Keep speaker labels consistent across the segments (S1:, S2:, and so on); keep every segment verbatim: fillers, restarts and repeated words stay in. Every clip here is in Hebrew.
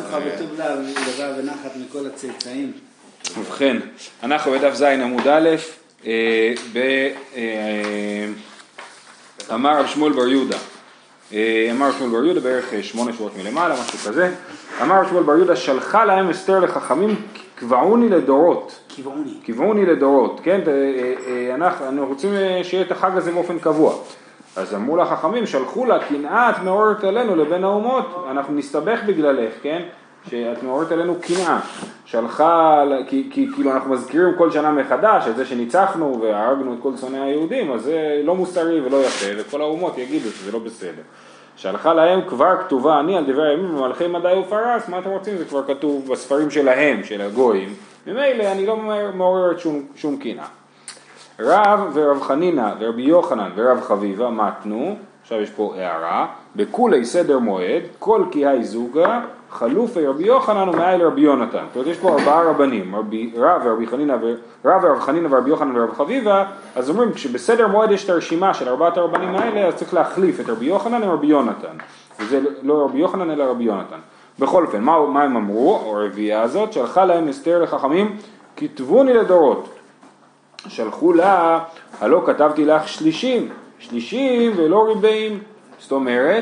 S1: לך בטוב לבא ונחת מכל הצאצאים.
S2: ובכן, אנחנו בדף זין עמוד א', אמר רב שמואל בר יהודה, אמר רב שמואל בר יהודה בערך שמונה שורות מלמעלה, משהו כזה. אמר רב שמואל בר יהודה, שלחה להם אסתר לחכמים, קבעוני לדורות.
S1: קבעוני.
S2: קבעוני לדורות, כן? אנחנו רוצים שיהיה את החג הזה באופן קבוע. אז אמרו לחכמים, שלחו לה, קנאה את מעוררת עלינו לבין האומות, אנחנו נסתבך בגללך, כן? שאת מעוררת עלינו קנאה. שלחה, כי, כי כאילו אנחנו מזכירים כל שנה מחדש את זה שניצחנו והרגנו את כל שונאי היהודים, אז זה לא מוסרי ולא יפה, וכל האומות יגידו שזה לא בסדר. שלחה להם כבר כתובה אני על דברי הימים ומלכי מדי ופרס, מה אתם רוצים? זה כבר כתוב בספרים שלהם, של הגויים. ממילא אני לא מעוררת שום, שום קנאה. רב ורב חנינה ורבי יוחנן ורב חביבה מתנו, עכשיו יש פה הערה, בכולי סדר מועד, כל קהי זוגה, חלופי רבי יוחנן ומאי לרבי יונתן. זאת אומרת, יש פה ארבעה רבנים, רבי, רב ורבי חנינה, רב ורב חנינה ורבי יוחנן ורב חביבה, אז אומרים, כשבסדר מועד יש את הרשימה של ארבעת הרבנים האלה, אז צריך להחליף את רבי יוחנן ורבי יונתן. וזה לא רבי יוחנן אלא רבי יונתן. בכל אופן, מה, מה הם אמרו, או הרביעה הזאת, שלחה להם אסתר לחכמים, כתבוני לדורות. שלחו לה, הלא כתבתי לך שלישים, שלישים ולא ריבעים. זאת אומרת,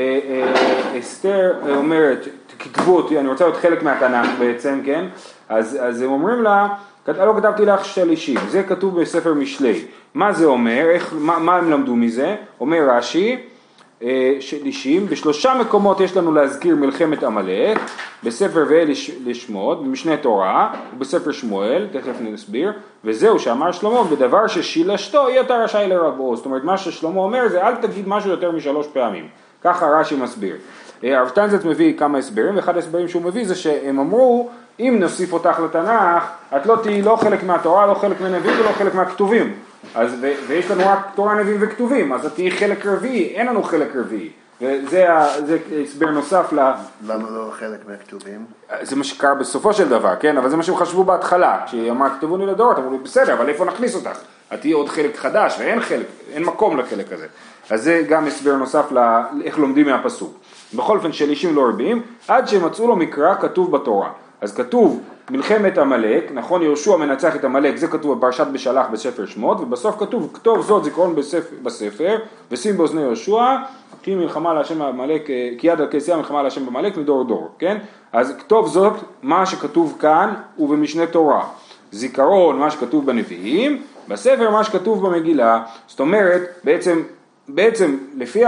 S2: אסתר אומרת, כתבו אותי, אני רוצה להיות חלק מהתנ"ך בעצם, כן? אז, אז הם אומרים לה, לא כתבתי לך שלישים, זה כתוב בספר משלי. מה זה אומר? איך, מה, מה הם למדו מזה? אומר רש"י, שלישים, בשלושה מקומות יש לנו להזכיר מלחמת עמלק, בספר ואל לשמות, במשנה תורה, ובספר שמואל, תכף נסביר, וזהו שאמר שלמה, בדבר ששילשתו יהיה אתה רשאי לרבו. זאת אומרת, מה ששלמה אומר זה אל תגיד משהו יותר משלוש פעמים. ככה רש"י מסביר. הרב שטיינזלץ מביא כמה הסברים, ואחד ההסברים שהוא מביא זה שהם אמרו, אם נוסיף אותך לתנ"ך, את לא תהיי לא חלק מהתורה, לא חלק מהנביאים ולא חלק מהכתובים. אז, ו, ויש לנו רק תורה, נביאים וכתובים, אז את תהיי חלק רביעי, אין לנו חלק רביעי. וזה זה הסבר נוסף ל...
S3: למה לא חלק מהכתובים?
S2: זה מה שקרה בסופו של דבר, כן? אבל זה מה שהם חשבו בהתחלה, כשהיא אמרה כתבוני לדורות, אמרו בסדר, אבל איפה נכניס אותך? את תהיי עוד חלק חדש, ואין חלק, אין מקום לחלק הזה. אז זה גם הסבר נוסף לאיך לומדים מהפסוק. בכל אופן שלישים לא רבים, עד שמצאו לו מקרא כתוב בתורה. אז כתוב מלחמת עמלק, נכון, יהושע מנצח את עמלק, זה כתוב בפרשת בשלח בספר שמות, ובסוף כתוב כתוב זאת זיכרון בספר, בספר ושים באוזני יהושע, כי מלחמה להשם עמלק, כי יד על כסייה מלחמה להשם עמלק מדור דור, כן? אז כתוב זאת מה שכתוב כאן ובמשנה תורה. זיכרון מה שכתוב בנביאים, בספר מה שכתוב במגילה. זאת אומרת, בעצם, בעצם לפי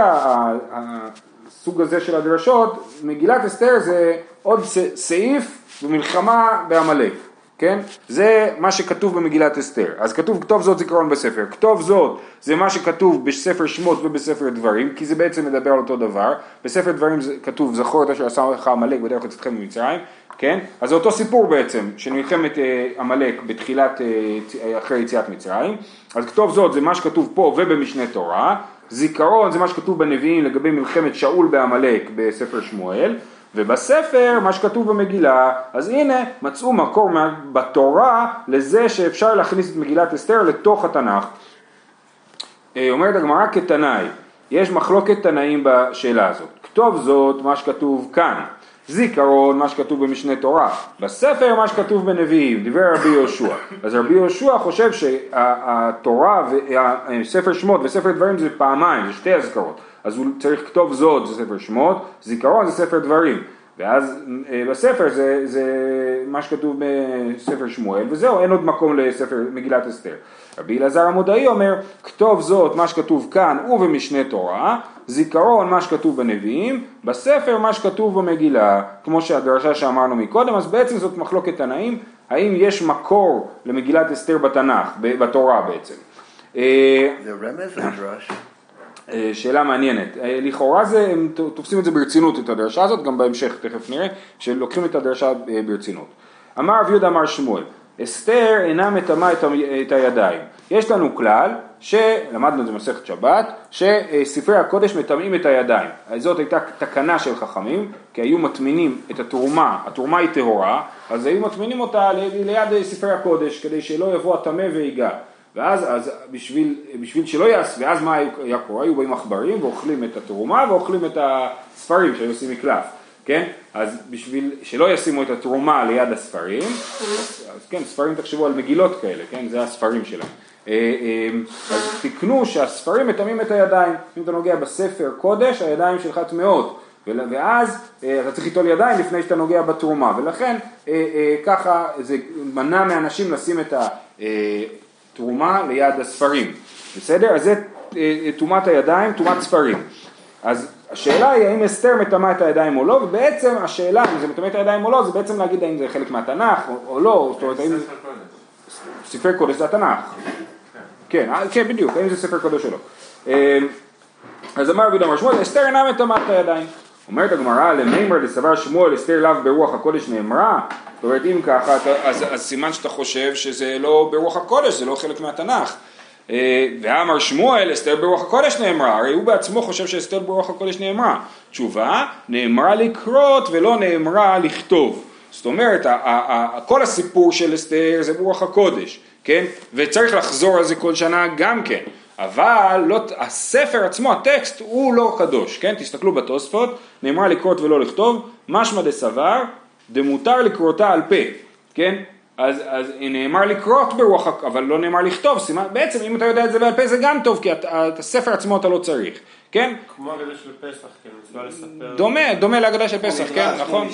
S2: הסוג הזה של הדרשות, מגילת אסתר זה עוד סעיף במלחמה בעמלק, כן? זה מה שכתוב במגילת אסתר. אז כתוב כתוב זאת זיכרון בספר. כתוב זאת זה מה שכתוב בספר שמות ובספר דברים, כי זה בעצם מדבר על אותו דבר. בספר דברים זה כתוב זכור את אשר עשה לך עמלק בדרך יצאתכם ממצרים, כן? אז זה אותו סיפור בעצם של מלחמת עמלק בתחילת אחרי יציאת מצרים. אז כתוב זאת זה מה שכתוב פה ובמשנה תורה. זיכרון זה מה שכתוב בנביאים לגבי מלחמת שאול בעמלק בספר שמואל. ובספר מה שכתוב במגילה, אז הנה מצאו מקור בתורה לזה שאפשר להכניס את מגילת אסתר לתוך התנ"ך. אומרת הגמרא כתנאי, יש מחלוקת תנאים בשאלה הזאת. כתוב זאת מה שכתוב כאן, זיכרון מה שכתוב במשנה תורה, בספר מה שכתוב בנביאים, דבר רבי יהושע. אז רבי יהושע חושב שהתורה וספר שמות וספר דברים זה פעמיים, זה שתי הזכרות. אז הוא צריך כתוב זאת, זה ספר שמות, זיכרון זה ספר דברים, ואז בספר זה, זה מה שכתוב בספר שמואל, וזהו, אין עוד מקום לספר מגילת אסתר. רבי אלעזר המודעי אומר, כתוב זאת מה שכתוב כאן ובמשנה תורה, זיכרון מה שכתוב בנביאים, בספר מה שכתוב במגילה, כמו שהדרשה שאמרנו מקודם. אז בעצם זאת מחלוקת תנאים, האם יש מקור למגילת אסתר בתנ"ך, בתורה בעצם.
S3: זה רמז לדרש.
S2: שאלה מעניינת. לכאורה זה, הם תופסים את זה ברצינות, את הדרשה הזאת, גם בהמשך, תכף נראה, שלוקחים את הדרשה ברצינות. אמר רב יהודה אמר שמואל, אסתר אינה מטמאה את הידיים. יש לנו כלל, שלמדנו את זה במסכת שבת, שספרי הקודש מטמאים את הידיים. זאת הייתה תקנה של חכמים, כי היו מטמינים את התרומה, התרומה היא טהורה, אז היו מטמינים אותה ליד ספרי הקודש, כדי שלא יבוא הטמא ויגע. ואז אז בשביל, בשביל שלא יעש, ואז מה היה קורה? היו באים מחברים ואוכלים את התרומה ואוכלים את הספרים שהיו עושים מקלף. כן? אז בשביל שלא ישימו את התרומה ליד הספרים, אז, אז כן, ספרים תחשבו על מגילות כאלה, כן? זה הספרים שלהם. אז תקנו שהספרים מטמאים את הידיים. אם אתה נוגע בספר קודש, הידיים שלך טמאות, ואז אתה צריך ליטול ידיים לפני שאתה נוגע בתרומה, ולכן ככה זה מנע מאנשים לשים את התרומה ליד הספרים. בסדר? אז זה תרומת הידיים, תרומת ספרים. אז השאלה היא האם אסתר מטמאה את הידיים או לא, ובעצם השאלה אם זה מטמא את הידיים או לא, זה בעצם להגיד האם זה חלק מהתנ"ך או, או לא, זאת אומרת, האם... ספר קודש זה התנ"ך. כן, כן, בדיוק, האם זה ספר קודש או לא. אז אמר רבי יהודה שמואל, אסתר אינה מטמאת את הידיים. אומרת הגמרא, למימר לסבר שמואל, אסתר לאו ברוח הקודש נאמרה. זאת אומרת, אם ככה, אז, אז סימן שאתה חושב שזה לא ברוח הקודש, זה לא חלק מהתנ"ך. ואמר שמואל, אסתר ברוח הקודש נאמרה, הרי הוא בעצמו חושב שאסתר ברוח הקודש נאמרה. תשובה, נאמרה לקרות ולא נאמרה לכתוב. זאת אומרת, כל הסיפור של אסתר זה ברוח הקודש, כן? וצריך לחזור על זה כל שנה גם כן. אבל לא, הספר עצמו, הטקסט, הוא לא קדוש, כן? תסתכלו בתוספות, נאמרה לקרות ולא לכתוב, משמע דסבר, דמותר לקרותה על פה, כן? אז, אז נאמר לקרות ברוח, אבל לא נאמר לכתוב, סימן, בעצם אם אתה יודע את זה בעל פה זה גם טוב, כי את, את הספר עצמו אתה לא צריך, כן?
S4: כמו הגדה של פסח, כן, מצווה לספר.
S2: דומה, דומה להגדה של פסח, כן, נכון?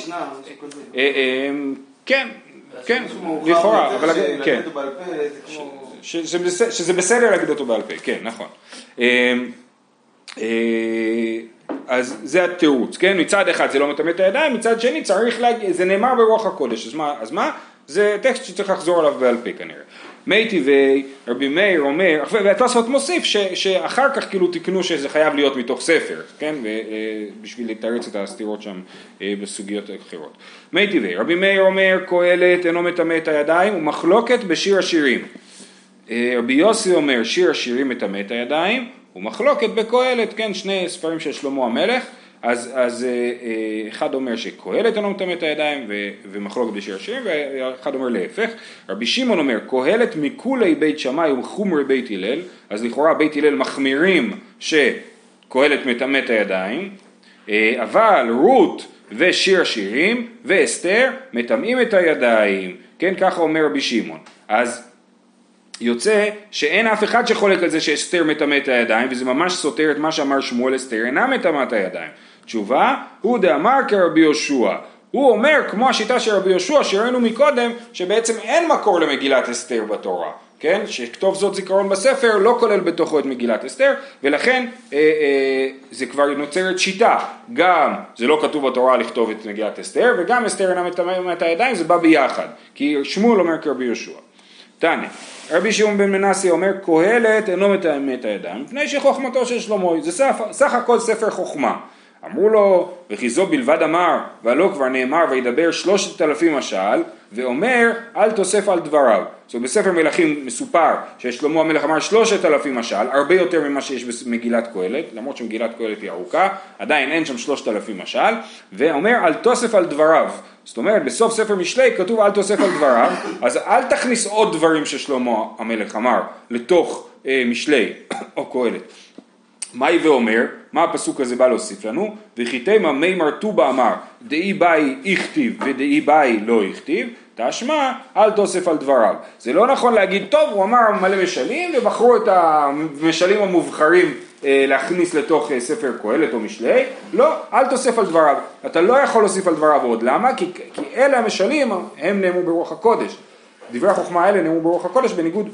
S2: כן, כן, לכאורה, אבל כן. שזה בסדר להגיד אותו בעל פה, כן, נכון. אז זה התירוץ, כן? מצד אחד זה לא מטמא את הידיים, מצד שני צריך להגיד, זה נאמר ברוח הקודש, אז מה? אז מה? זה טקסט שצריך לחזור עליו בעל פה כנראה. מי טבעי, רבי מאיר אומר, והתוספות מוסיף ש, שאחר כך כאילו תקנו שזה חייב להיות מתוך ספר, כן? בשביל לתרץ את הסתירות שם בסוגיות אחרות. מי טבעי, רבי מאיר אומר, קהלת אינו מטמא את הידיים, ומחלוקת בשיר השירים. רבי יוסי אומר, שיר השירים מטמא את הידיים, ומחלוקת בקהלת, כן? שני ספרים של שלמה המלך. אז, אז אחד אומר שקהלת אינו מטמא את הידיים ומחלוקת בשיר השירים, ואחד אומר להפך. רבי שמעון אומר, קהלת מכולי בית שמאי ומחומרי בית הלל, אז לכאורה בית הלל מחמירים שקהלת מטמא את הידיים, אבל רות ושיר השירים ואסתר מטמאים את הידיים, כן, ככה אומר רבי שמעון. אז יוצא שאין אף אחד שחולק על זה שאסתר מטמא את הידיים, וזה ממש סותר את מה שאמר שמואל, אסתר אינה מטמאה את הידיים. תשובה, הוא דאמר כרבי יהושע. הוא אומר, כמו השיטה של רבי יהושע, שראינו מקודם, שבעצם אין מקור למגילת אסתר בתורה, כן? שכתוב זאת זיכרון בספר, לא כולל בתוכו את מגילת אסתר, ולכן אה, אה, זה כבר נוצרת שיטה. גם זה לא כתוב בתורה לכתוב את מגילת אסתר, וגם אסתר אינה מטמאה את הידיים, זה בא ביחד. כי שמואל אומר כרבי יהושע. תנא, רבי שמעון בן מנסיה אומר, קהלת אינו מטמא את הידיים, מפני שחוכמתו של שלמה, זה סך, סך הכל ספר חוכמה. אמרו לו, וכי זו בלבד אמר, והלא כבר נאמר וידבר שלושת אלפים משל, ואומר, אל תוסף על דבריו. זאת אומרת, בספר מלכים מסופר ששלמה המלך אמר שלושת אלפים משל, הרבה יותר ממה שיש במגילת קהלת, למרות שמגילת קהלת היא ארוכה, עדיין אין שם שלושת אלפים משל, ואומר, אל תוסף על דבריו. זאת אומרת, בסוף ספר משלי כתוב אל תוסף על דבריו, אז אל תכניס עוד דברים ששלמה המלך אמר לתוך אה, משלי או קהלת. מהי ואומר, מה הפסוק הזה בא להוסיף לנו? וכיתימה מימר טובה אמר, דאי באי הכתיב ודאי באי לא הכתיב, תשמע אל תוסף על דבריו. זה לא נכון להגיד, טוב, הוא אמר מלא משלים, ובחרו את המשלים המובחרים אה, להכניס לתוך אה, ספר קהלת או משלי, לא, אל תוסף על דבריו. אתה לא יכול להוסיף על דבריו עוד, למה? כי, כי אלה המשלים, הם נאמו ברוח הקודש. דברי החוכמה האלה נאמו ברוח הקודש בניגוד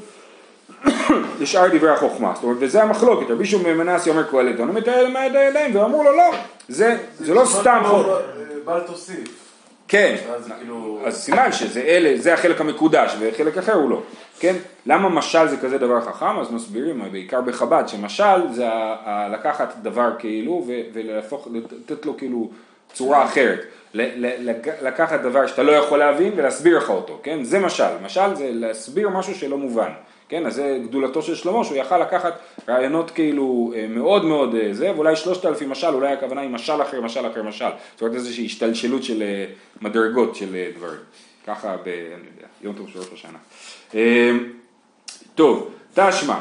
S2: לשאר דברי החוכמה, זאת אומרת, וזה המחלוקת, רבי שמעון בן מנסיה אומר קהלת, הוא מתאר מהיד הידיים, ואמרו לו לא, זה, זה לא סתם חוק.
S4: בל תוסיף.
S2: כן, אז סימן שזה אלה, זה החלק המקודש, וחלק אחר הוא לא, כן? למה משל זה כזה דבר חכם? אז מסבירים, בעיקר בחב"ד, שמשל זה לקחת דבר כאילו, ולהפוך, לתת לו כאילו צורה אחרת, לקחת דבר שאתה לא יכול להבין ולהסביר לך אותו, כן? זה משל, משל זה להסביר משהו שלא מובן. כן, אז זה גדולתו של שלמה, שהוא יכל לקחת רעיונות כאילו מאוד מאוד זה, ואולי שלושת אלפים משל, אולי הכוונה היא משל אחר, משל אחר, משל. זאת אומרת איזושהי השתלשלות של מדרגות של דברים. ככה ב... אני יודע, יום טוב של ראש השנה. טוב, תשמע,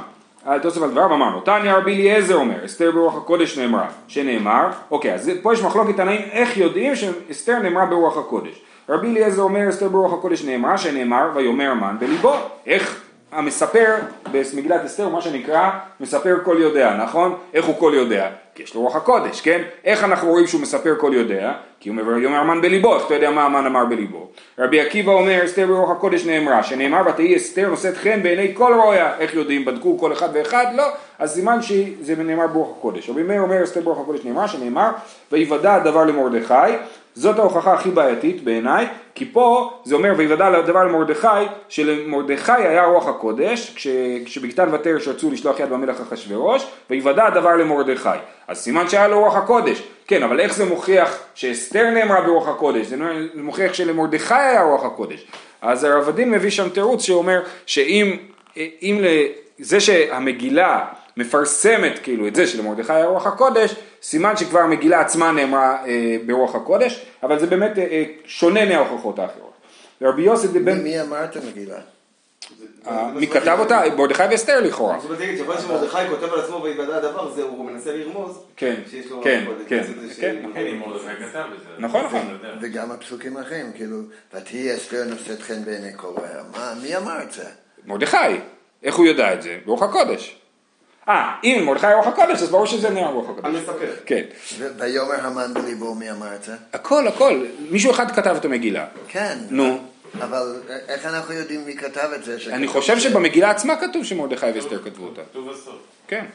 S2: על תוסף על דבריו אמרנו, תניא רבי אליעזר אומר, אסתר ברוח הקודש נאמרה, שנאמר, אוקיי, אז פה יש מחלוקת תנאים, איך יודעים שאסתר נאמרה ברוח הקודש. רבי אליעזר אומר, אסתר ברוח הקודש נאמרה, שנאמר, ויאמר המן בליבו. איך המספר במגילת אסתר, מה שנקרא, מספר כל יודע, נכון? איך הוא כל יודע? כי יש לו רוח הקודש, כן? איך אנחנו רואים שהוא מספר כל יודע? כי הוא אומר המן בליבו, איך אתה יודע מה המן אמר בליבו? רבי עקיבא אומר, אסתר ברוח הקודש נאמרה, שנאמר, ותהי אסתר נושאת חן בעיני כל רואיה. איך יודעים? בדקו כל אחד ואחד? לא. אז סימן שזה נאמר ברוח הקודש. רבי מאיר אומר, אסתר ברוח הקודש נאמרה, שנאמר, ויוודע הדבר למרדכי. זאת ההוכחה הכי בעייתית בעיניי, כי פה זה אומר ויוודע הדבר למרדכי, שלמרדכי היה רוח הקודש, כש, כשבגתן ותר שרצו לשלוח יד במלך אחשוורוש, ויוודע הדבר למרדכי. אז סימן שהיה לו רוח הקודש. כן, אבל איך זה מוכיח שאסתר נאמרה ברוח הקודש? זה מוכיח שלמרדכי היה רוח הקודש. אז הרב הדין מביא שם תירוץ שאומר שאם אם זה שהמגילה מפרסמת כאילו את זה שלמרדכי היה רוח הקודש, סימן שכבר המגילה עצמה נאמרה אה, ברוח הקודש, אבל זה באמת אה, שונה מההוכחות האחרות. ורבי יוסי דבן...
S3: מי אמר את המגילה?
S2: אה, מי כתב אותה? מרדכי ואסתר לכאורה.
S5: זאת אומרת, שיכול שמרדכי כותב על עצמו ויוודע הדבר, זה הוא מנסה לרמוז שיש לו רוח הקודש.
S2: כן, כן.
S4: כן, מרדכי כתב את זה.
S2: נכון, נכון.
S3: וגם הפסוקים האחרים, כאילו, ותהי אסתר נושאת חן בעיני כל רואיה. מי אמר את זה?
S2: מרדכי. איך הוא יודע את זה? ברוח הקודש. אה, אם מרדכי רוח הקודש, אז ברור שזה נאמר רוח הקודש.
S5: המספר.
S2: כן.
S3: ויאמר המן בליבו, מי אמר את זה?
S2: הכל, הכל. מישהו אחד כתב את המגילה.
S3: כן.
S2: נו.
S3: אבל איך אנחנו יודעים מי כתב את זה?
S2: אני חושב שבמגילה עצמה כתוב שמרדכי ואסתר כתבו אותה.
S4: כתוב בסוף.
S2: כן.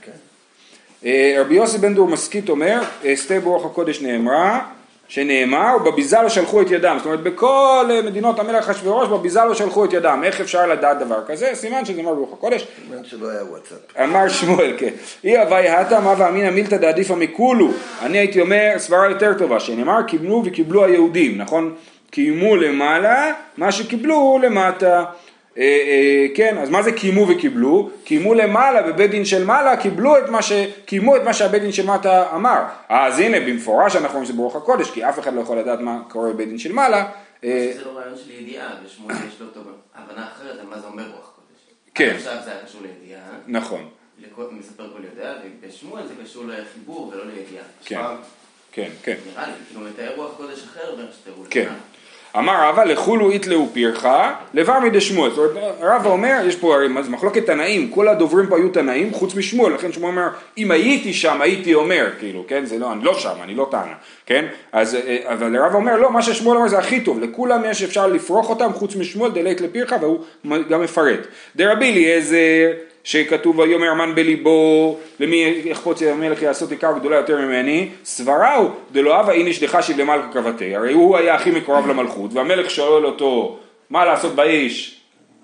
S2: רבי יוסי בן דור משכית אומר, אסתר ברוח הקודש נאמרה, שנאמר, ובביזה לא שלחו את ידם. זאת אומרת, בכל מדינות המלך אחשוורוש, בביזה לא שלחו את ידם. איך אפשר לדעת דבר כזה? סימן שזה אמר ברוח הקודש.
S3: סימן שלא היה וואטסאפ.
S2: אמר שמואל, כן. אי הווי הטה, מה ואמינא מילתא דעדיפא מכולו. אני הייתי אומר, סברה יותר טובה, שנאמר, קיבלו וקיבלו היהודים, נכון? קיימו למעלה, מה שקיבלו למטה. אה, אה, כן, אז מה זה קיימו וקיבלו? קיימו למעלה, בבית דין של מעלה, קיבלו את מה ש... קיימו את מה שהבית דין של מטה אמר. אז הנה, במפורש אנחנו רואים שזה ברוח הקודש, כי אף אחד לא יכול לדעת מה קורה בבית דין של מעלה.
S6: זה לא רעיון של ידיעה, ושמואל יש לו הבנה אחרת על מה זה אומר רוח קודש.
S2: כן.
S6: עכשיו זה היה קשור לידיעה.
S2: נכון.
S6: מספר כל יודע, ובשמואל זה קשור לחיבור ולא לידיעה.
S2: כן, כן, כן.
S6: נראה לי, כאילו מתאר רוח קודש אחר, ואיך שתראו לך.
S2: כן. אמר רבא לכולו יתלאו פירחה לבר מידי שמואל. זאת אומרת, רבא אומר, יש פה מחלוקת תנאים, כל הדוברים פה היו תנאים חוץ משמואל, לכן שמואל אומר, אם הייתי שם הייתי אומר, כאילו, כן, זה לא, אני לא שם, אני לא טענה, כן, אז, אבל רבא אומר, לא, מה ששמואל אומר זה הכי טוב, לכולם יש אפשר לפרוח אותם חוץ משמואל, דלית לפירחה, והוא גם מפרט. דרבי אליעזר, שכתוב ויאמר המן בליבו, למי אכפות המלך יעשות עיקר גדולה יותר ממני, סבראו דלא הווה איניש דחשיב למלכה קרבתי, הרי הוא היה הכי מקורב למלכות, והמלך שואל אותו מה לעשות באיש,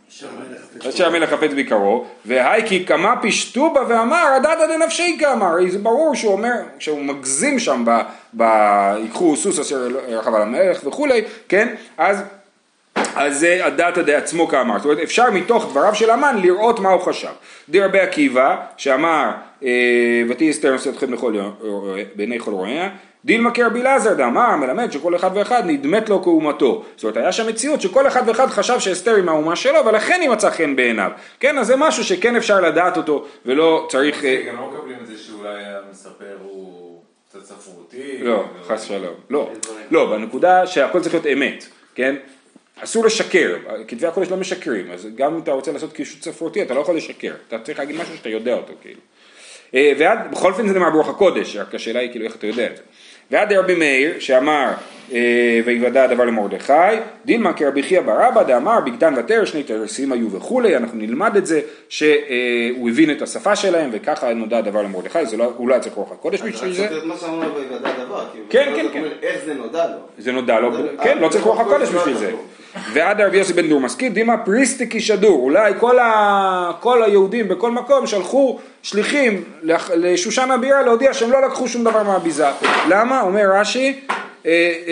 S2: שהמלך חפץ ביקרו, והייקי כמה פשטו בה ואמר הדתא דנפשי כאמר, הרי זה ברור שהוא אומר, שהוא מגזים שם ביקחו סוס אשר רכב על המלך וכולי, כן, אז אז זה הדתא דעצמו כאמר, זאת אומרת אפשר מתוך דבריו של המן לראות מה הוא חשב. דרבי עקיבא שאמר ותהי אסתר נושאת חן בעיני כל רואיה, דילמה כרבי אלעזר דאמר מלמד שכל אחד ואחד נדמת לו כאומתו. זאת אומרת היה שם מציאות שכל אחד ואחד חשב שאסתר עם האומה שלו ולכן היא מצא חן בעיניו. כן, אז זה משהו שכן אפשר לדעת אותו ולא צריך...
S4: גם לא מקבלים את זה שאולי המספר הוא קצת ספרותי.
S2: לא, חס שלום. לא, לא, בנקודה שהכל צריך להיות אמת, כן? אסור לשקר, כתבי הקודש לא משקרים, אז גם אם אתה רוצה לעשות קישוט ספרותי, אתה לא יכול לשקר, אתה צריך להגיד משהו שאתה יודע אותו, כאילו. ועד, בכל אופן זה נאמר ברוח הקודש, רק השאלה היא כאילו איך אתה יודע את זה. ועד רבי מאיר, שאמר, ויוודע הדבר למרדכי, דילמה כרבי חייא בר אבא, דאמר, בגדן ותר, שני תרסים היו וכולי, אנחנו נלמד את זה, שהוא הבין את השפה שלהם, וככה נודע הדבר למרדכי, זה לא, הוא לא היה צריך רוח הקודש בשביל זה.
S5: אז מה שאמרנו ויוודע הדבר,
S2: כן, כן, כן.
S5: איך זה נודע לו?
S2: זה נודע לו, כן, לא צריך רוח הקודש בשביל זה. ועד רבי יוסי בן דור משכית, דימה פריסטיקי שדור, אולי כל, ה... כל היהודים בכל מקום שלחו שליחים לשושן הבירה להודיע שהם לא לקחו שום דבר מהביזה. למה? אומר רש"י, אה,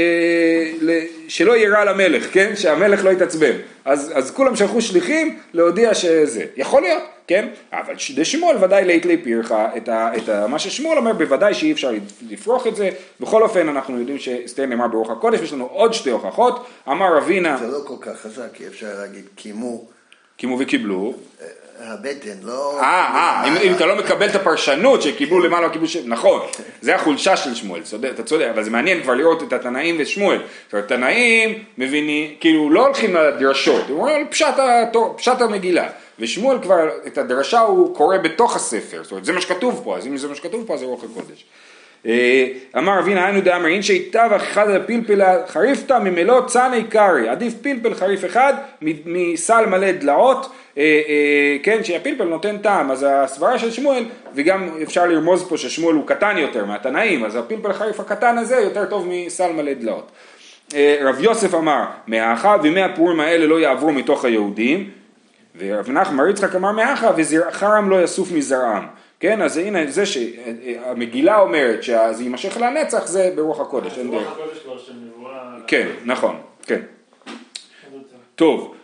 S2: אה, שלא יירא למלך, כן? שהמלך לא יתעצבן. אז, אז כולם שלחו שליחים להודיע שזה. יכול להיות, כן? אבל דשמואל ודאי ליתלי פירחה, את, ה, את ה, מה ששמואל אומר בוודאי שאי אפשר לפרוח את זה. בכל אופן אנחנו יודעים שאסתר נאמר ברוח הקודש, יש לנו עוד שתי הוכחות. אמר רבינה...
S3: זה לא כל כך חזק, כי אפשר להגיד קימו.
S2: קימו וקיבלו.
S3: הבטן, לא...
S2: אה, אה, אם, אם אתה לא מקבל את הפרשנות שקיבלו למעלה קיבלו ש... נכון, זה החולשה של שמואל, אתה צודק, אבל זה מעניין כבר לראות את התנאים ושמואל. זאת אומרת, התנאים מבינים, כאילו לא הולכים לדרשות, הם אומרים פשט, פשט המגילה, ושמואל כבר את הדרשה הוא קורא בתוך הספר, זאת אומרת, זה מה שכתוב פה, אז אם זה מה שכתוב פה, זה רוח הקודש. אמר אבינה היינו דאמר אין שאיתה ואחד על הפלפל חריפתה ממלוא צאני קרי, עדיף פלפל חריף אחד מסל מלא דלעות, כן, שהפלפל נותן טעם. אז הסברה של שמואל, וגם אפשר לרמוז פה ששמואל הוא קטן יותר מהתנאים, אז הפלפל החריף הקטן הזה יותר טוב מסל מלא דלעות. רב יוסף אמר מהאחה ומאה הפורים האלה לא יעברו מתוך היהודים, ורב נחמן בר יצחק אמר מהאחה וזרעם לא יסוף מזרעם. כן, אז הנה זה שהמגילה אומרת שזה יימשך לנצח, זה ברוח הקודש.
S7: ברוח הקודש כבר של נבואה.
S2: כן, נכון, כן. טוב,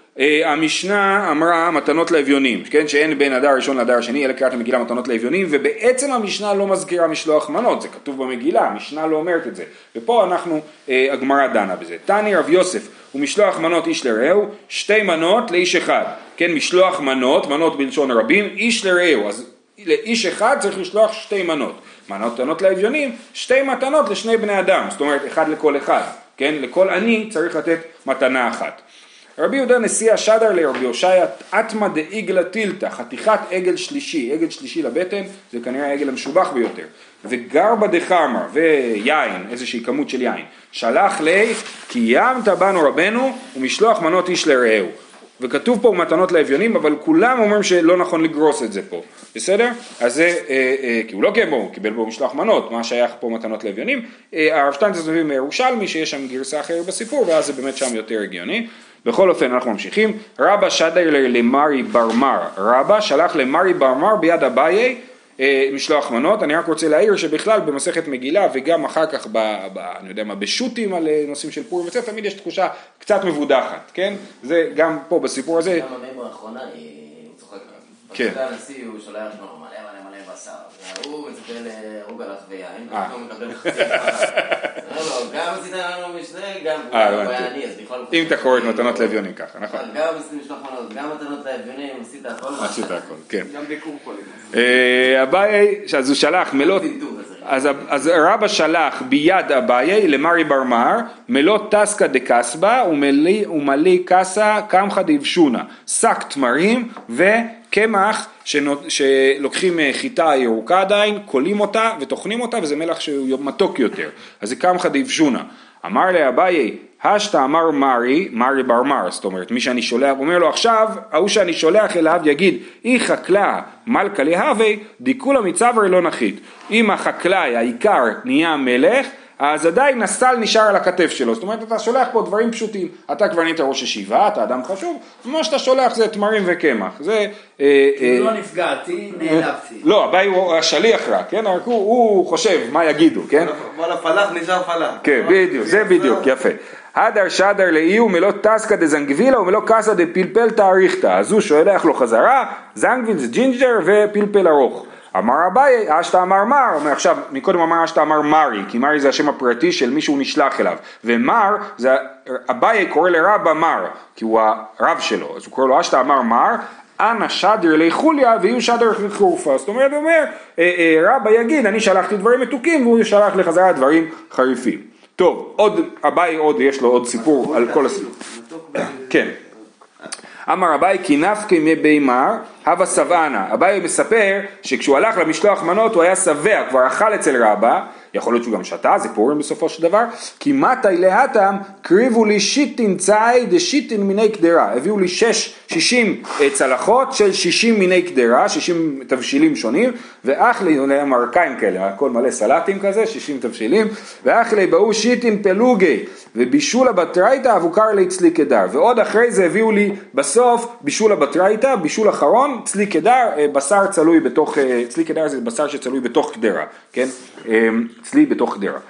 S2: המשנה אמרה מתנות לאביונים, כן, שאין בין הדר ראשון להדר שני, אלא קריאת המגילה מתנות לאביונים, ובעצם המשנה לא מזכירה משלוח מנות, זה כתוב במגילה, המשנה לא אומרת את זה, ופה אנחנו, הגמרא דנה בזה. תני רב יוסף, ומשלוח מנות איש לרעהו, שתי מנות לאיש אחד, כן, משלוח מנות, מנות בלשון רבים, איש לרעהו, אז לאיש אחד צריך לשלוח שתי מנות, מתנות לאביונים, שתי מתנות לשני בני אדם, זאת אומרת אחד לכל אחד, כן, לכל עני צריך לתת מתנה אחת. רבי יהודה נשיא השדר לרבי הושעיה, אטמא דעיגלה טילתא, חתיכת עגל שלישי, עגל שלישי לבטן, זה כנראה העגל המשובח ביותר, וגרבא דחמר, ויין, איזושהי כמות של יין, שלח לי, כי ימת בנו רבנו, ומשלוח מנות איש לרעהו. וכתוב פה מתנות לאביונים, אבל כולם אומרים שלא נכון לגרוס את זה פה, בסדר? אז זה, אה, אה, כי הוא לא קיבל בו, הוא קיבל בו משלוח מנות, מה שייך פה מתנות לאביונים, אה, הרב שטיינזלץ מביא מירושלמי שיש שם גרסה אחרת בסיפור, ואז זה באמת שם יותר הגיוני. בכל אופן אנחנו ממשיכים, רבא שדר למרי ברמר, רבא שלח למרי ברמר ביד אביי, משלוח מנות. אני רק רוצה להעיר שבכלל במסכת מגילה וגם אחר כך ב, ב, אני יודע מה, בשו"תים על נושאים של פורים וזה, תמיד יש תחושה קצת מבודחת, כן? זה גם פה בסיפור הזה.
S6: גם המאמר האחרונה היא צוחקת.
S2: כן.
S6: בשו"ת הנשיא הוא שולח לו מלא מלא מלא בשר, והוא מצפה להרוג עליו ויין, והוא מקבל חצי אחד. גם עשית לנו משנה, גם הוא היה עני, אז בכלל...
S2: אם אתה קורא את מתנות לאביונים ככה, נכון.
S6: גם עשית משלוח מנות, גם מתנות לאביונים, עשית הכל.
S2: עשית הכל, כן.
S5: גם ביקור חולים.
S2: אביי, אז הוא שלח מלות, אז רבא שלח ביד אביי למרי ברמר, מלות טסקה דקסבה ומלי קסה קמחה דבשונה, שק תמרים וקמח שלוקחים חיטה ירוקה עדיין, קולים אותה וטוחנים אותה, וזה מלח שהוא מתוק יותר, אז זה קמחה דבשונה. אמר לאביי, השתה אמר מרי, מרי ברמר, זאת אומרת, מי שאני שולח, אומר לו עכשיו, ההוא שאני שולח אליו יגיד, אי חקלה מלכה להווי, דיקולה מצבר לא נחית. אם החקלאי, העיקר, נהיה מלך, אז עדיין הסל נשאר על הכתף שלו, זאת אומרת, אתה שולח פה דברים פשוטים, אתה כבר נהיית ראש ישיבה, אתה אדם חשוב, ומה שאתה שולח זה תמרים וקמח, זה...
S1: כאילו לא נפגעתי, נעלבתי.
S2: לא, הבא הוא השליח רק, כן? הוא חושב מה יגידו, כן?
S5: אבל הפלח נשאר פלח.
S2: כן, בדיוק, זה בדיוק, יפה. הדר שדר לאי ומלוא טסקה דזנגבילה ומלוא קסה דפלפל תאריכתא, אז הוא שולח לו חזרה, זנגביל זה ג'ינג'ר ופלפל ארוך. אמר אביי, אשתה אמר מר, אומר עכשיו, מקודם אמר אשתה אמר מרי, כי מרי זה השם הפרטי של מישהו נשלח אליו, ומר, זה, אביי קורא לרבא מר, כי הוא הרב שלו, אז הוא קורא לו אשתה אמר מר, אנא שדר לחוליה ויהיו שדר לחורפה, זאת אומרת, הוא אומר, רבא יגיד, אני שלחתי דברים מתוקים, והוא שלח לחזרה דברים חריפים. טוב, עוד, אביי עוד, יש לו עוד סיפור על כל הסיפור. כן. אמר אביי כי נפקי מבימר הווה סבענה. אביי מספר שכשהוא הלך למשלוח מנות הוא היה שבע, כבר אכל אצל רבא, יכול להיות שהוא גם שתה, זה פורים בסופו של דבר, כי מתי להתם קריבו לי שיטין צאי דשיטין מיני קדרה, הביאו לי שש, שישים צלחות של שישים מיני קדרה, שישים תבשילים שונים, ואח לי, מרקיים כאלה, הכל מלא סלטים כזה, שישים תבשילים, ואח לי באו שיטין פלוגי, ובישולה בתרייתא אבוקר לי צלי קדר, ועוד אחרי זה הביאו לי בסוף בישולה בתרייתא, בישול אחרון, צלי קדר, בשר צלוי בתוך, צלי קדר זה בשר שצלוי בתוך קדרה, כן? צלי בתוך קדרה.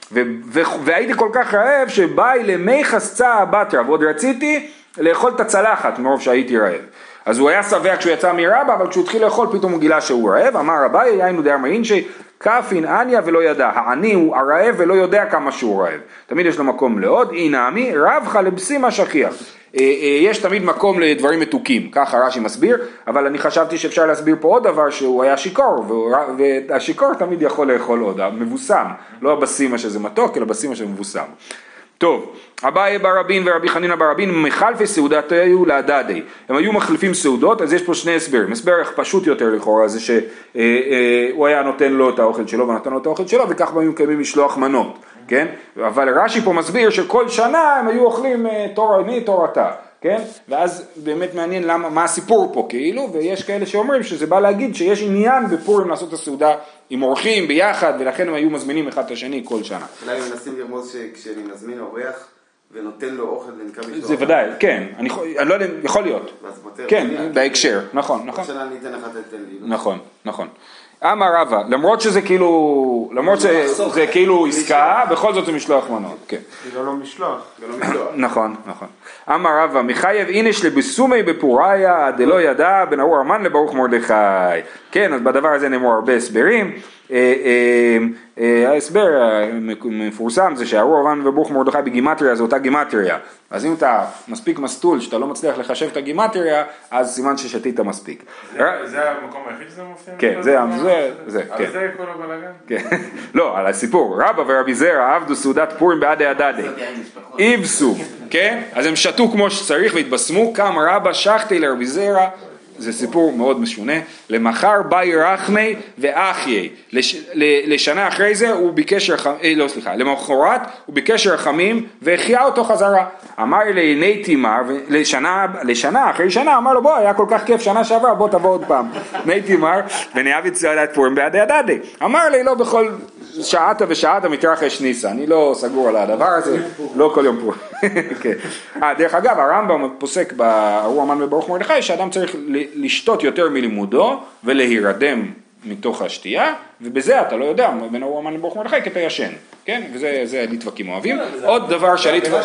S2: והייתי כל כך רעב שבאי למי חסצה הבטרה, ועוד רציתי לאכול את הצלחת מרוב שהייתי רעב. אז הוא היה שבע כשהוא יצא מרבא, אבל כשהוא התחיל לאכול פתאום הוא גילה שהוא רעב, אמר רבי, היינו דר מאינשי, כפין עניה ולא ידע, העני הוא הרעב ולא יודע כמה שהוא רעב. תמיד יש לו מקום לעוד, הנה עמי, רבך לבסימה שכיח. יש תמיד מקום לדברים מתוקים, ככה רש"י מסביר, אבל אני חשבתי שאפשר להסביר פה עוד דבר שהוא היה שיקור, והשיקור תמיד יכול לאכול עוד, המבוסם, לא הבסימה שזה מתוק, אלא בסימה שזה מבוסם. טוב, אביי ברבין ורבי חנינא ברבין מחלפי סעודת היו להדדי, הם היו מחליפים סעודות, אז יש פה שני הסברים, הסבר פשוט יותר לכאורה זה שהוא היה נותן לו את האוכל שלו ונתן לו את האוכל שלו וכך בהם מקיימים משלוח מנות, כן? אבל רש"י פה מסביר שכל שנה הם היו אוכלים תורה אני תורתה, כן? ואז באמת מעניין למה, מה הסיפור פה כאילו, ויש כאלה שאומרים שזה בא להגיד שיש עניין בפורים לעשות את הסעודה עם אורחים ביחד, ולכן הם היו מזמינים אחד את השני כל שנה.
S5: אולי הם מנסים לרמוז שכשאני מזמין אורח ונותן לו אוכל ונקרא משלוח.
S2: זה ודאי, כן, אני, אני לא יודע, יכול להיות. כן, בהקשר, נכון, נכון.
S5: כל שנה אני אתן לך תתן לי.
S2: נכון, נכון. אמר רבא, למרות שזה כאילו, למרות שזה כאילו עסקה, בכל זאת זה משלוח מנות, כן.
S5: זה לא משלוח, זה לא משלוח.
S2: נכון, נכון. אמר רבא, מחייב אינש לבסומי בפוריה, דלא ידע בין ארור המן לברוך מרדכי. כן, אז בדבר הזה נאמרו הרבה הסברים. ההסבר המפורסם זה שארור המן וברוך מרדכי בגימטריה זה אותה גימטריה. אז אם אתה מספיק מסטול שאתה לא מצליח לחשב את הגימטריה, אז סימן ששתית מספיק.
S4: זה המקום היחיד שזה מופיע?
S2: כן, זה, זה, זה, כן.
S4: על זה כל הבלגן?
S2: כן. לא, על הסיפור. רבא ורבי זרע עבדו סעודת פורים בעדי הדדי. איבסו, כן? אז הם שתו כמו שצריך והתבשמו, קם רבא שחטי לרבי זרע, זה סיפור מאוד משונה, למחר באי רחמי ואחיי, לש, לשנה אחרי זה הוא ביקש רחמים, אה, לא סליחה, למחרת הוא ביקש רחמים והחייה אותו חזרה, אמר לי ניתי מר, לשנה, לשנה, אחרי שנה אמר לו בוא, היה כל כך כיף שנה שעברה, בוא תבוא עוד פעם, ניתי מר, ונאהב את סעודת פורים בעדי הדדי, אמר לי לא בכל שעת ושעת מתרחש ניסה, אני לא סגור על הדבר הזה, לא כל יום פורים. דרך אגב, הרמב"ם פוסק בארור המן וברוך מרדכי שאדם צריך לשתות יותר מלימודו ולהירדם מתוך השתייה, ובזה אתה לא יודע בין ארור המן וברוך מרדכי כי אתה ישן, כן? וזה הליטבקים אוהבים. עוד דבר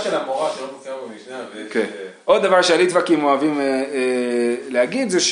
S2: עוד דבר שהליטבקים אוהבים להגיד זה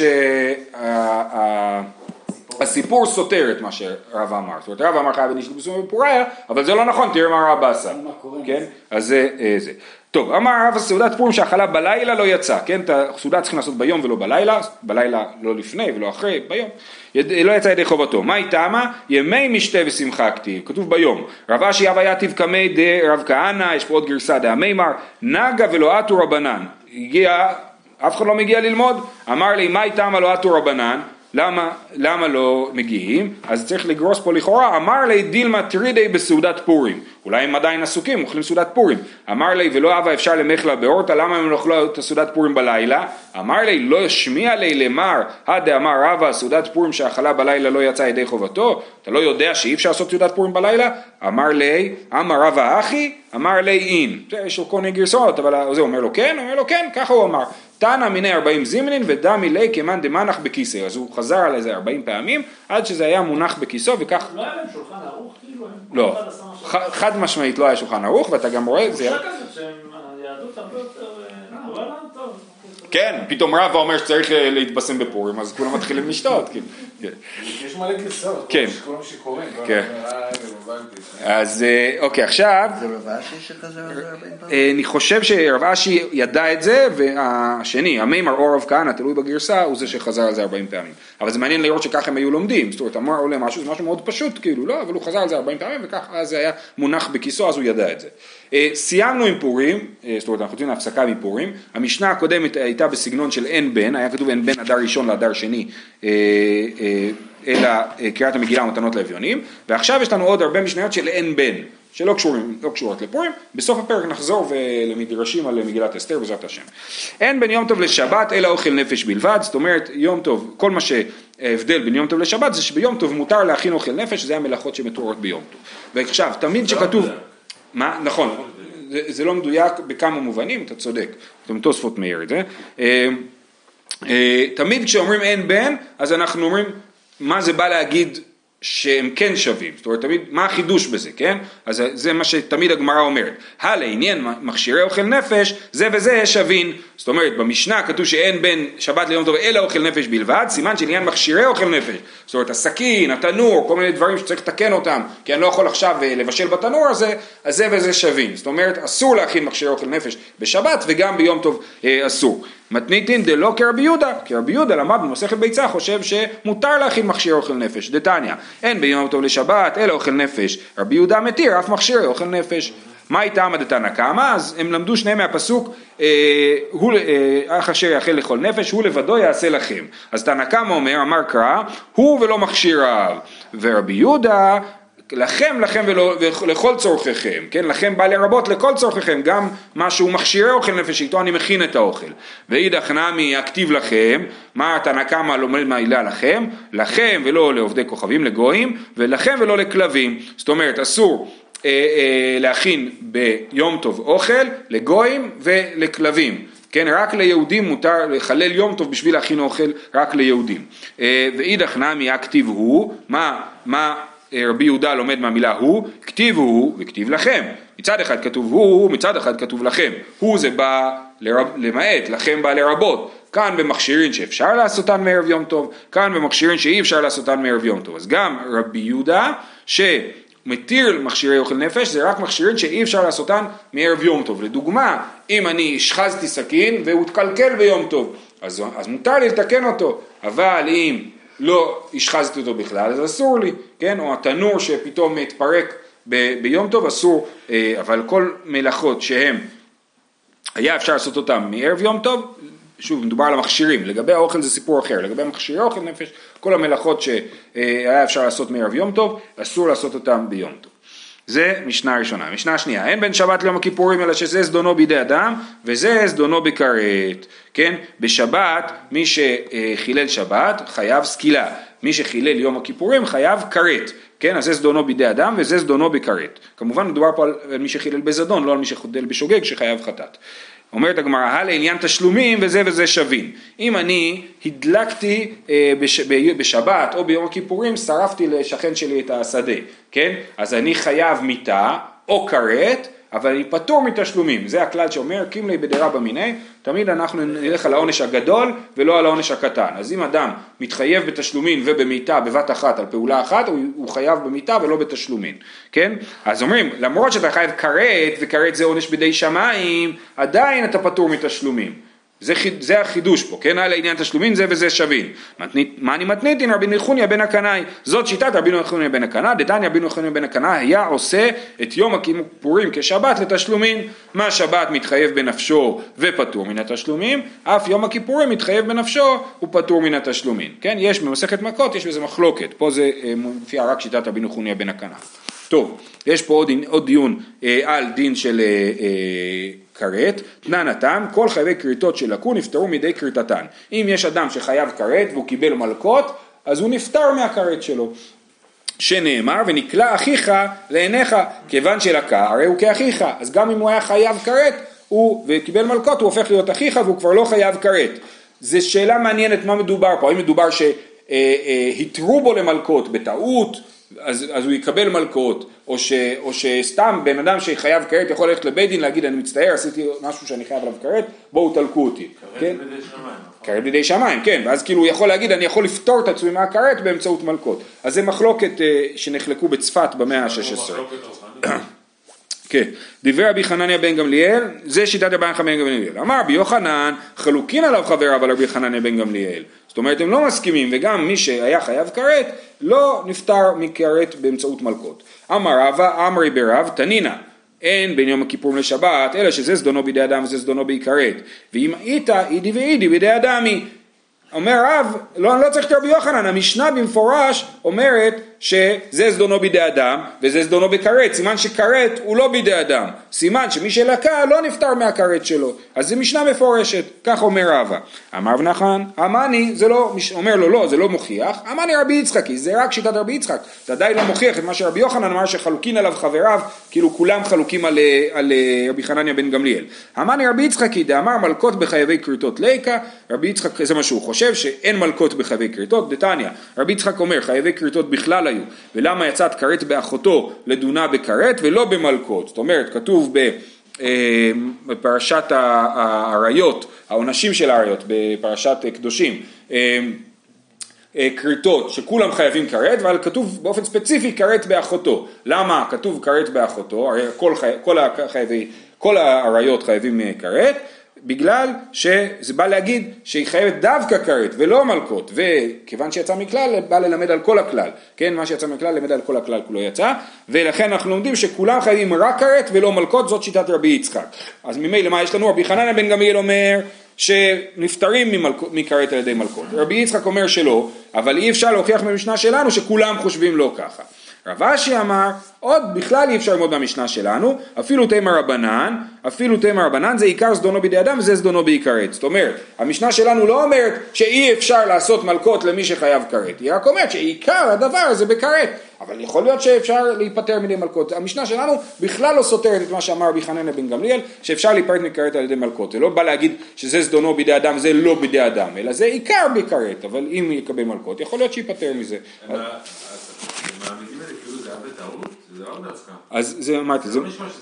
S2: שהסיפור סותר את מה שרב אמר. זאת אומרת, רב אמר חייב איניש לבסומי בפוריה, אבל זה לא נכון, תראה מה רב עשה. כן? אז זה זה. טוב, אמר רב הסעודת פורים שהאכלה בלילה לא יצא, כן? את הסעודה צריכים לעשות ביום ולא בלילה, בלילה לא לפני ולא אחרי, ביום. לא יצא ידי חובתו. מה איתמה? ימי משתה ושמחה כתיב, כתוב ביום. רב אשי הוויה תבקמי דרב כהנא, יש פה עוד גרסה דהמימר, נגה ולא עטו רבנן. הגיע, אף אחד לא מגיע ללמוד, אמר לי מה איתמה לא עטו רבנן? למה, למה לא מגיעים? אז צריך לגרוס פה לכאורה, אמר לי דילמה תרידי בסעודת פורים, אולי הם עדיין עסוקים, אוכלים סעודת פורים, אמר לי ולא אבא אפשר למחלה באורתה, למה הם לא אוכלו את הסעודת פורים בלילה? אמר לי לא ישמיע לי למר, הדה אמר רבא, סעודת פורים שאכלה בלילה לא יצא ידי חובתו, אתה לא יודע שאי אפשר לעשות סעודת פורים בלילה? אמר לי, אמר רבא אחי, אמר לי אין, יש לו כל מיני גרסאות, אבל זה אומר לו כן, אומר לו כן, ככה הוא אמר. תנא מיני ארבעים זימנין ודמי לי כמן דמנח בכיסא, אז הוא חזר על איזה ארבעים פעמים עד שזה היה מונח בכיסו וכך...
S1: לא היה להם שולחן ערוך כאילו?
S2: לא, חד משמעית לא היה שולחן ערוך ואתה גם רואה את זה...
S1: חושב כזה שהיהדות הרבה יותר... לא היה להם טוב.
S2: כן, פתאום רבא אומר שצריך להתבשם בפורים, אז כולם מתחילים לשתות.
S4: יש מלא גרסאות, כולם שקוראים.
S2: אז אוקיי, עכשיו...
S3: זה רב אשי שחזר על זה ארבעים פעם?
S2: אני חושב שרב אשי ידע את זה, והשני, המימר או רב כהנא, תלוי בגרסה, הוא זה שחזר על זה ארבעים פעמים. אבל זה מעניין לראות שכך הם היו לומדים, זאת אומרת, אמר עולה משהו, זה משהו מאוד פשוט, כאילו, לא, אבל הוא חזר על זה ארבעים פעמים, וכך זה היה מונח בכיסו, אז הוא ידע את זה. סיימנו עם פורים, זאת אומרת, אנחנו יוצאים להפסקה מפורים, המשנה הקודמת הייתה בסגנון של אין בן, היה כתוב אין בן אדר ראשון לאדר שני, אלא קריאת המגילה ומתנות לאביונים, ועכשיו יש לנו עוד הרבה משניות של אין בן, שלא קשורים, לא קשורות לפורים, בסוף הפרק נחזור למדרשים על מגילת אסתר בעזרת השם. אין בין יום טוב לשבת אלא אוכל נפש בלבד, זאת אומרת יום טוב, כל מה שהבדל בין יום טוב לשבת זה שביום טוב מותר להכין אוכל נפש, זה המלאכות שמתוארות ביום טוב. ועכשיו, תמיד שכתוב, מה? נכון, זה, זה לא מדויק בכמה מובנים, אתה צודק, גם תוספות מאיר את זה. תמיד כשאומרים אין בן, אז אנחנו אומרים, מה זה בא להגיד שהם כן שווים, זאת אומרת, תמיד, מה החידוש בזה, כן? אז זה מה שתמיד הגמרא אומרת, לעניין מכשירי אוכל נפש, זה וזה שווין, זאת אומרת, במשנה כתוב שאין בין שבת ליום טוב אלא אוכל נפש בלבד, סימן שלעניין מכשירי אוכל נפש, זאת אומרת, הסכין, התנור, כל מיני דברים שצריך לתקן אותם, כי אני לא יכול עכשיו לבשל בתנור הזה, אז זה וזה שווין, זאת אומרת, אסור להכין מכשירי אוכל נפש בשבת, וגם ביום טוב אה, אסור. מתניתין דלא כרבי יהודה, כי רבי יהודה למד במסכת ביצה חושב שמותר להכין מכשיר אוכל נפש, דתניא, אין ביום טוב לשבת אלא אוכל נפש, רבי יהודה מתיר אף מכשיר אוכל נפש. מה איתם הדתנא קמא? אז הם למדו שניהם מהפסוק, אה, הוא, אה, אח אשר יאכל לכל נפש, הוא לבדו יעשה לכם. אז תנא קמא אומר, אמר קרא, הוא ולא מכשיריו, ורבי יהודה, לכם, לכם ולא, ולכל צורככם, כן? לכם בא לרבות לכל צורככם, גם מה שהוא מכשירי אוכל נפש, איתו אני מכין את האוכל. ואידך נמי אכתיב לכם, מה תנא קמא לומד מהעילה לכם? לכם ולא לעובדי כוכבים, לגויים, ולכם ולא לכלבים. זאת אומרת, אסור אה, אה, להכין ביום טוב אוכל, לגויים ולכלבים. כן, רק ליהודים מותר לחלל יום טוב בשביל להכין אוכל רק ליהודים. אה, ואידך נמי אכתיב הוא, מה, מה, רבי יהודה לומד מהמילה הוא, כתיב הוא וכתיב לכם. מצד אחד כתוב הוא, מצד אחד כתוב לכם. הוא זה בא לרב, למעט, לכם בא לרבות. כאן במכשירים שאפשר לעשותן מערב יום טוב, כאן במכשירים שאי אפשר לעשותן מערב יום טוב. אז גם רבי יהודה שמתיר מכשירי אוכל נפש, זה רק מכשירים שאי אפשר לעשותן מערב יום טוב. לדוגמה, אם אני השחזתי סכין והוא תקלקל ביום טוב, אז, אז מותר לי לתקן אותו. אבל אם לא השחזתי אותו בכלל, אז אסור לי, כן? או התנור שפתאום מתפרק ב- ביום טוב, אסור, אבל כל מלאכות שהם, היה אפשר לעשות אותם מערב יום טוב, שוב, מדובר על המכשירים, לגבי האוכל זה סיפור אחר, לגבי מכשירי אוכל נפש, כל המלאכות שהיה אפשר לעשות מערב יום טוב, אסור לעשות אותם ביום טוב. זה משנה ראשונה. משנה שנייה, אין בין שבת ליום הכיפורים אלא שזה זדונו בידי אדם וזה זדונו בכרת, כן? בשבת מי שחילל שבת חייב סקילה, מי שחילל יום הכיפורים חייב כרת, כן? אז זה זדונו בידי אדם וזה זדונו בכרת. כמובן מדובר פה על מי שחילל בזדון, לא על מי שחולל בשוגג שחייב חטאת. אומרת הגמרא, לעניין תשלומים וזה וזה שווין. אם אני הדלקתי אה, בש, ב, בשבת או ביום הכיפורים, שרפתי לשכן שלי את השדה, כן? אז אני חייב מיתה או כרת, אבל אני פטור מתשלומים. זה הכלל שאומר, קים לי בדירה במיני, תמיד אנחנו נלך על העונש הגדול ולא על העונש הקטן. אז אם אדם מתחייב בתשלומין ובמיתה בבת אחת על פעולה אחת, הוא, הוא חייב במיתה ולא בתשלומין, כן? אז אומרים, למרות שאתה חייב כרת, וכרת זה עונש בידי שמיים, עדיין אתה פטור מתשלומים. זה, זה החידוש פה, כן? על העניין תשלומין זה וזה שווין. מה אני מתניתין? רבי נחוניה בן הקנאי. זאת שיטת רבי נחוניה בן הקנאי. דתניא רבי נחוניה בן הקנאי היה עושה את יום הכיפורים כשבת לתשלומין. מה שבת מתחייב בנפשו ופטור מן התשלומים, אף יום הכיפורים מתחייב בנפשו ופטור מן התשלומין. כן? יש במסכת מכות, יש בזה מחלוקת. פה זה מופיע רק שיטת רבי נחוניה בן הקנאי. טוב, יש פה עוד, עוד דיון אה, על דין של אה, אה, כרת, תננתם, כל חייבי כריתות שלקו נפטרו מידי כריתתן. אם יש אדם שחייב כרת והוא קיבל מלקות, אז הוא נפטר מהכרת שלו. שנאמר, ונקלע אחיך לעיניך, כיוון שלקה, הרי הוא כאחיך. אז גם אם הוא היה חייב כרת, הוא, וקיבל מלקות, הוא הופך להיות אחיך והוא כבר לא חייב כרת. זו שאלה מעניינת מה מדובר פה, האם מדובר שהתרו בו למלקות בטעות, אז, אז הוא יקבל מלכות, או, ש, או שסתם בן אדם שחייב כרת יכול ללכת לבית דין להגיד אני מצטער, עשיתי משהו שאני חייב עליו כרת, בואו תלקו אותי.
S1: כרת
S2: כן?
S1: בידי שמיים.
S2: כרת בידי שמיים, כן, ואז כאילו הוא יכול להגיד אני יכול לפתור את עצמי מהכרת באמצעות מלכות. אז זה מחלוקת uh, שנחלקו בצפת במאה ה-שש עשרה. כן, דברי רבי חנניה בן גמליאל, זה שיטת רבי חנניה בן גמליאל. אמר רבי יוחנן, חלוקין עליו חבריו על רבי חנניה בן גמליאל. זאת אומרת, הם לא מסכימים, וגם מי שהיה חייב כרת, לא נפטר מכרת באמצעות מלכות. אמר רבא, אמרי ברב, תנינה, אין בין יום הכיפורים לשבת, אלא שזה זדונו בידי אדם וזה זדונו בכרת. ואם איתה, אידי ואידי בידי אדמי. אומר רב, לא, לא צריך את רבי יוחנן, המשנה במפורש אומרת שזה זדונו בידי אדם וזה זדונו בכרת, סימן שכרת הוא לא בידי אדם, סימן שמי שלקה לא נפטר מהכרת שלו, אז זה משנה מפורשת, כך אומר רבא. אמר ונחן, אמני, זה לא, אומר לו לא, זה לא מוכיח, אמני רבי יצחקי, זה רק שיטת רבי יצחק, זה עדיין לא מוכיח את מה שרבי יוחנן אמר שחלוקין עליו חבריו, כאילו כולם חלוקים על, על רבי חנניה בן גמליאל. אמני רבי יצחקי, דאמר מלכות בחייבי כריתות ליקה, רבי יצחק זה מה שהוא חושב, שאין מלכות בחייבי כריתות, דתניא, רבי יצחק אומר חייבי כריתות בכלל היו. ולמה יצאת כרת באחותו לדונה בכרת ולא במלכות? זאת אומרת, כתוב ב... בפרשת העריות, העונשים של העריות, בפרשת קדושים, כרתות שכולם חייבים כרת, אבל כתוב באופן ספציפי כרת באחותו. למה כתוב כרת באחותו? הרי כל, חי... כל, החייבי... כל העריות חייבים כרת, בגלל שזה בא להגיד שהיא חייבת דווקא כרת ולא מלכות, וכיוון שיצא מכלל בא ללמד על כל הכלל, כן, מה שיצא מכלל למד על כל הכלל כולו יצא, ולכן אנחנו לומדים שכולם חייבים רק כרת ולא מלכות, זאת שיטת רבי יצחק. אז ממילא מה יש לנו? רבי חנניה בן גמליאל אומר שנפטרים מכרת על ידי מלכות, רבי יצחק אומר שלא, אבל אי אפשר להוכיח במשנה שלנו שכולם חושבים לא ככה. רב אשי אמר, עוד בכלל אי אפשר ללמוד מהמשנה שלנו, אפילו תימא רבנן, אפילו תימא רבנן זה עיקר זדונו בידי אדם וזה זדונו בעיקרת. זאת אומרת, המשנה שלנו לא אומרת שאי אפשר לעשות מלכות למי שחייב כרת, היא רק אומרת שעיקר הדבר הזה בכרת, אבל יכול להיות שאפשר להיפטר מידי מלכות. המשנה שלנו בכלל לא סותרת את מה שאמר רבי חנניה בן גמליאל, שאפשר להיפטר מכרת על ידי מלכות. זה לא בא להגיד שזה זדונו בידי אדם, זה לא בידי אדם, אלא זה עיקר בכרת, אבל אם יקבל מלכות, יכול להיות שיפטר מזה.
S4: מעמידים את זה כאילו זה היה בטעות, זה לא דווקא.
S2: אז זה אמרתי, זה...